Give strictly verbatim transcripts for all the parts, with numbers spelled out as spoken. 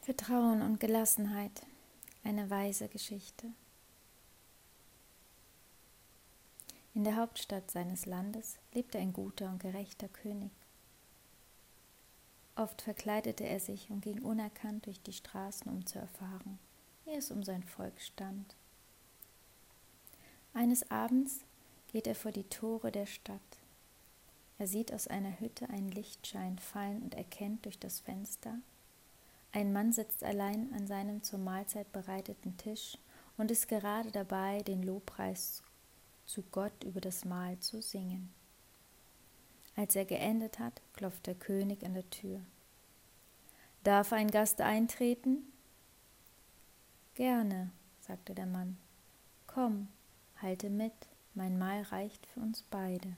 Vertrauen und Gelassenheit, eine weise Geschichte. In der Hauptstadt seines Landes lebte ein guter und gerechter König. Oft verkleidete er sich und ging unerkannt durch die Straßen, um zu erfahren, wie es um sein Volk stand. Eines Abends geht er vor die Tore der Stadt. Er sieht aus einer Hütte einen Lichtschein fallen und erkennt durch das Fenster: Ein Mann sitzt allein an seinem zur Mahlzeit bereiteten Tisch und ist gerade dabei, den Lobpreis zu Gott über das Mahl zu singen. Als er geendet hat, klopft der König an der Tür. »Darf ein Gast eintreten?« »Gerne«, sagte der Mann. »Komm, halte mit, mein Mahl reicht für uns beide.«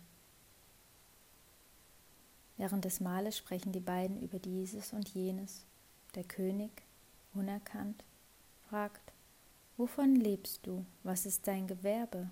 Während des Mahles sprechen die beiden über dieses und jenes. Der König, unerkannt, fragt: »Wovon lebst du? Was ist dein Gewerbe?«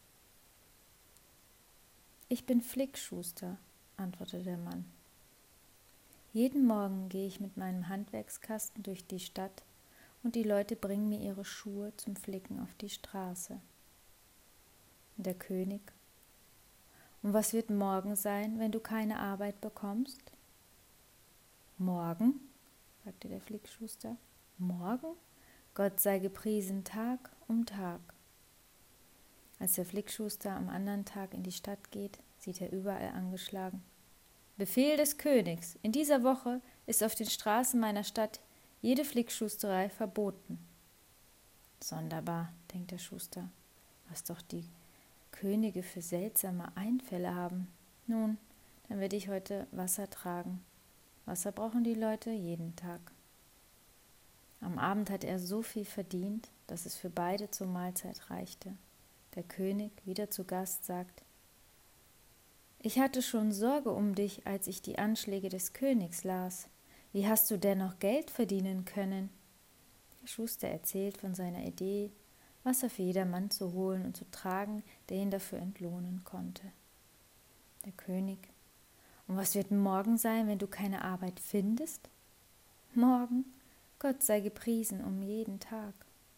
»Ich bin Flickschuster«, antwortete der Mann. »Jeden Morgen gehe ich mit meinem Handwerkskasten durch die Stadt und die Leute bringen mir ihre Schuhe zum Flicken auf die Straße.« Und der König: »Und was wird morgen sein, wenn du keine Arbeit bekommst?« »Morgen?«, sagte der Flickschuster. »Morgen? Gott sei gepriesen Tag um Tag.« Als der Flickschuster am anderen Tag in die Stadt geht, sieht er überall angeschlagen: »Befehl des Königs: In dieser Woche ist auf den Straßen meiner Stadt jede Flickschusterei verboten.« Sonderbar, denkt der Schuster, was doch die Könige für seltsame Einfälle haben. Nun, dann werde ich heute Wasser tragen. Wasser brauchen die Leute jeden Tag. Am Abend hat er so viel verdient, dass es für beide zur Mahlzeit reichte. Der König, wieder zu Gast, sagt: »Ich hatte schon Sorge um dich, als ich die Anschläge des Königs las. Wie hast du denn noch Geld verdienen können?« Der Schuster erzählt von seiner Idee, Wasser für jedermann zu holen und zu tragen, der ihn dafür entlohnen konnte. Der König: »Und was wird morgen sein, wenn du keine Arbeit findest?« »Morgen? Gott sei gepriesen um jeden Tag.«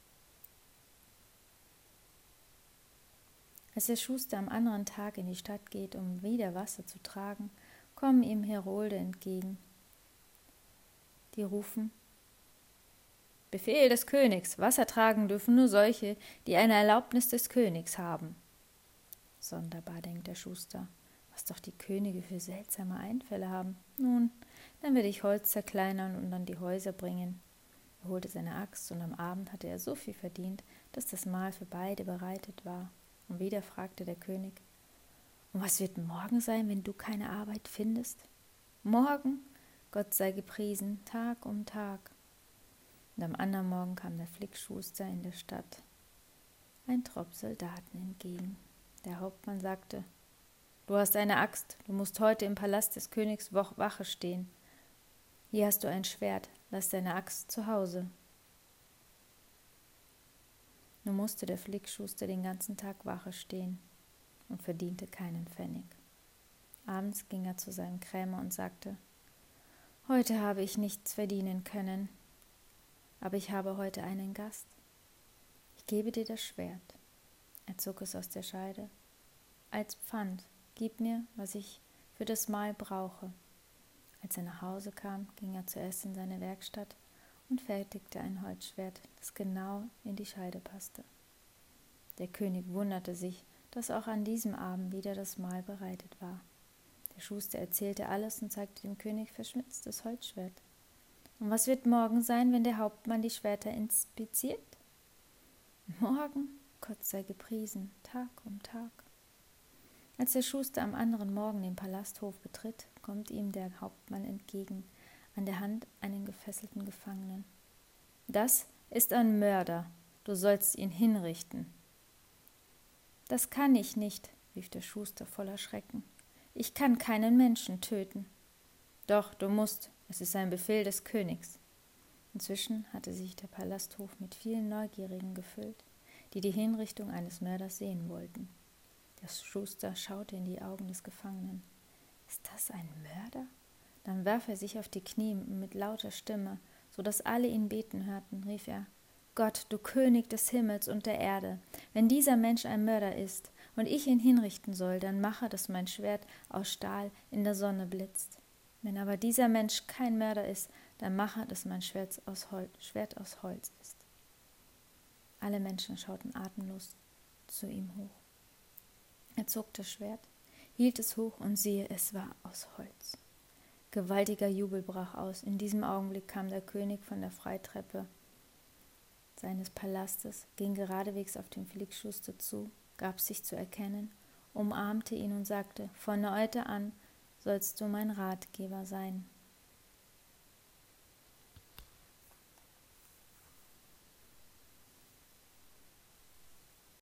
Als der Schuster am anderen Tag in die Stadt geht, um wieder Wasser zu tragen, kommen ihm Herolde entgegen. Die rufen: »Befehl des Königs: Wasser tragen dürfen nur solche, die eine Erlaubnis des Königs haben.« Sonderbar, denkt der Schuster, was doch die Könige für seltsame Einfälle haben. Nun, dann werde ich Holz zerkleinern und an die Häuser bringen. Er holte seine Axt, und am Abend hatte er so viel verdient, dass das Mahl für beide bereitet war. Und wieder fragte der König: »Und was wird morgen sein, wenn du keine Arbeit findest?« »Morgen? Gott sei gepriesen, Tag um Tag.« Und am anderen Morgen kam der Flickschuster in der Stadt ein Trupp Soldaten entgegen. Der Hauptmann sagte: »Du hast eine Axt, du musst heute im Palast des Königs Wache stehen. Hier hast du ein Schwert, lass deine Axt zu Hause.« Nun musste der Flickschuster den ganzen Tag Wache stehen und verdiente keinen Pfennig. Abends ging er zu seinem Krämer und sagte: »Heute habe ich nichts verdienen können, aber ich habe heute einen Gast. Ich gebe dir das Schwert.« Er zog es aus der Scheide. »Als Pfand, gib mir, was ich für das Mahl brauche.« Als er nach Hause kam, ging er zuerst in seine Werkstatt und fertigte ein Holzschwert, das genau in die Scheide passte. Der König wunderte sich, dass auch an diesem Abend wieder das Mahl bereitet war. Der Schuster erzählte alles und zeigte dem König verschmitztes Holzschwert. »Und was wird morgen sein, wenn der Hauptmann die Schwerter inspiziert?« »Morgen? Gott sei gepriesen, Tag um Tag.« Als der Schuster am anderen Morgen den Palasthof betritt, kommt ihm der Hauptmann entgegen, an der Hand einen gefesselten Gefangenen. »Das ist ein Mörder, du sollst ihn hinrichten.« »Das kann ich nicht«, rief der Schuster voller Schrecken. »Ich kann keinen Menschen töten.« »Doch, du musst, es ist ein Befehl des Königs.« Inzwischen hatte sich der Palasthof mit vielen Neugierigen gefüllt, die die Hinrichtung eines Mörders sehen wollten. Der Schuster schaute in die Augen des Gefangenen. »Ist das ein Mörder?« Dann warf er sich auf die Knie und mit lauter Stimme so dass alle ihn beten hörten, rief er: Gott, du König des Himmels und der Erde, wenn dieser Mensch ein Mörder ist und ich ihn hinrichten soll, dann mache, dass mein Schwert aus Stahl in der Sonne blitzt. Wenn aber dieser Mensch kein Mörder ist, dann mache, dass mein Schwert aus Holz, Schwert aus Holz ist. Alle Menschen schauten atemlos zu ihm hoch. Er zog das Schwert, hielt es hoch und siehe, es war aus Holz. Gewaltiger Jubel brach aus. In diesem Augenblick kam der König von der Freitreppe seines Palastes, ging geradewegs auf den Felix Schuster zu, gab sich zu erkennen, umarmte ihn und sagte: Von heute an sollst du mein Ratgeber sein.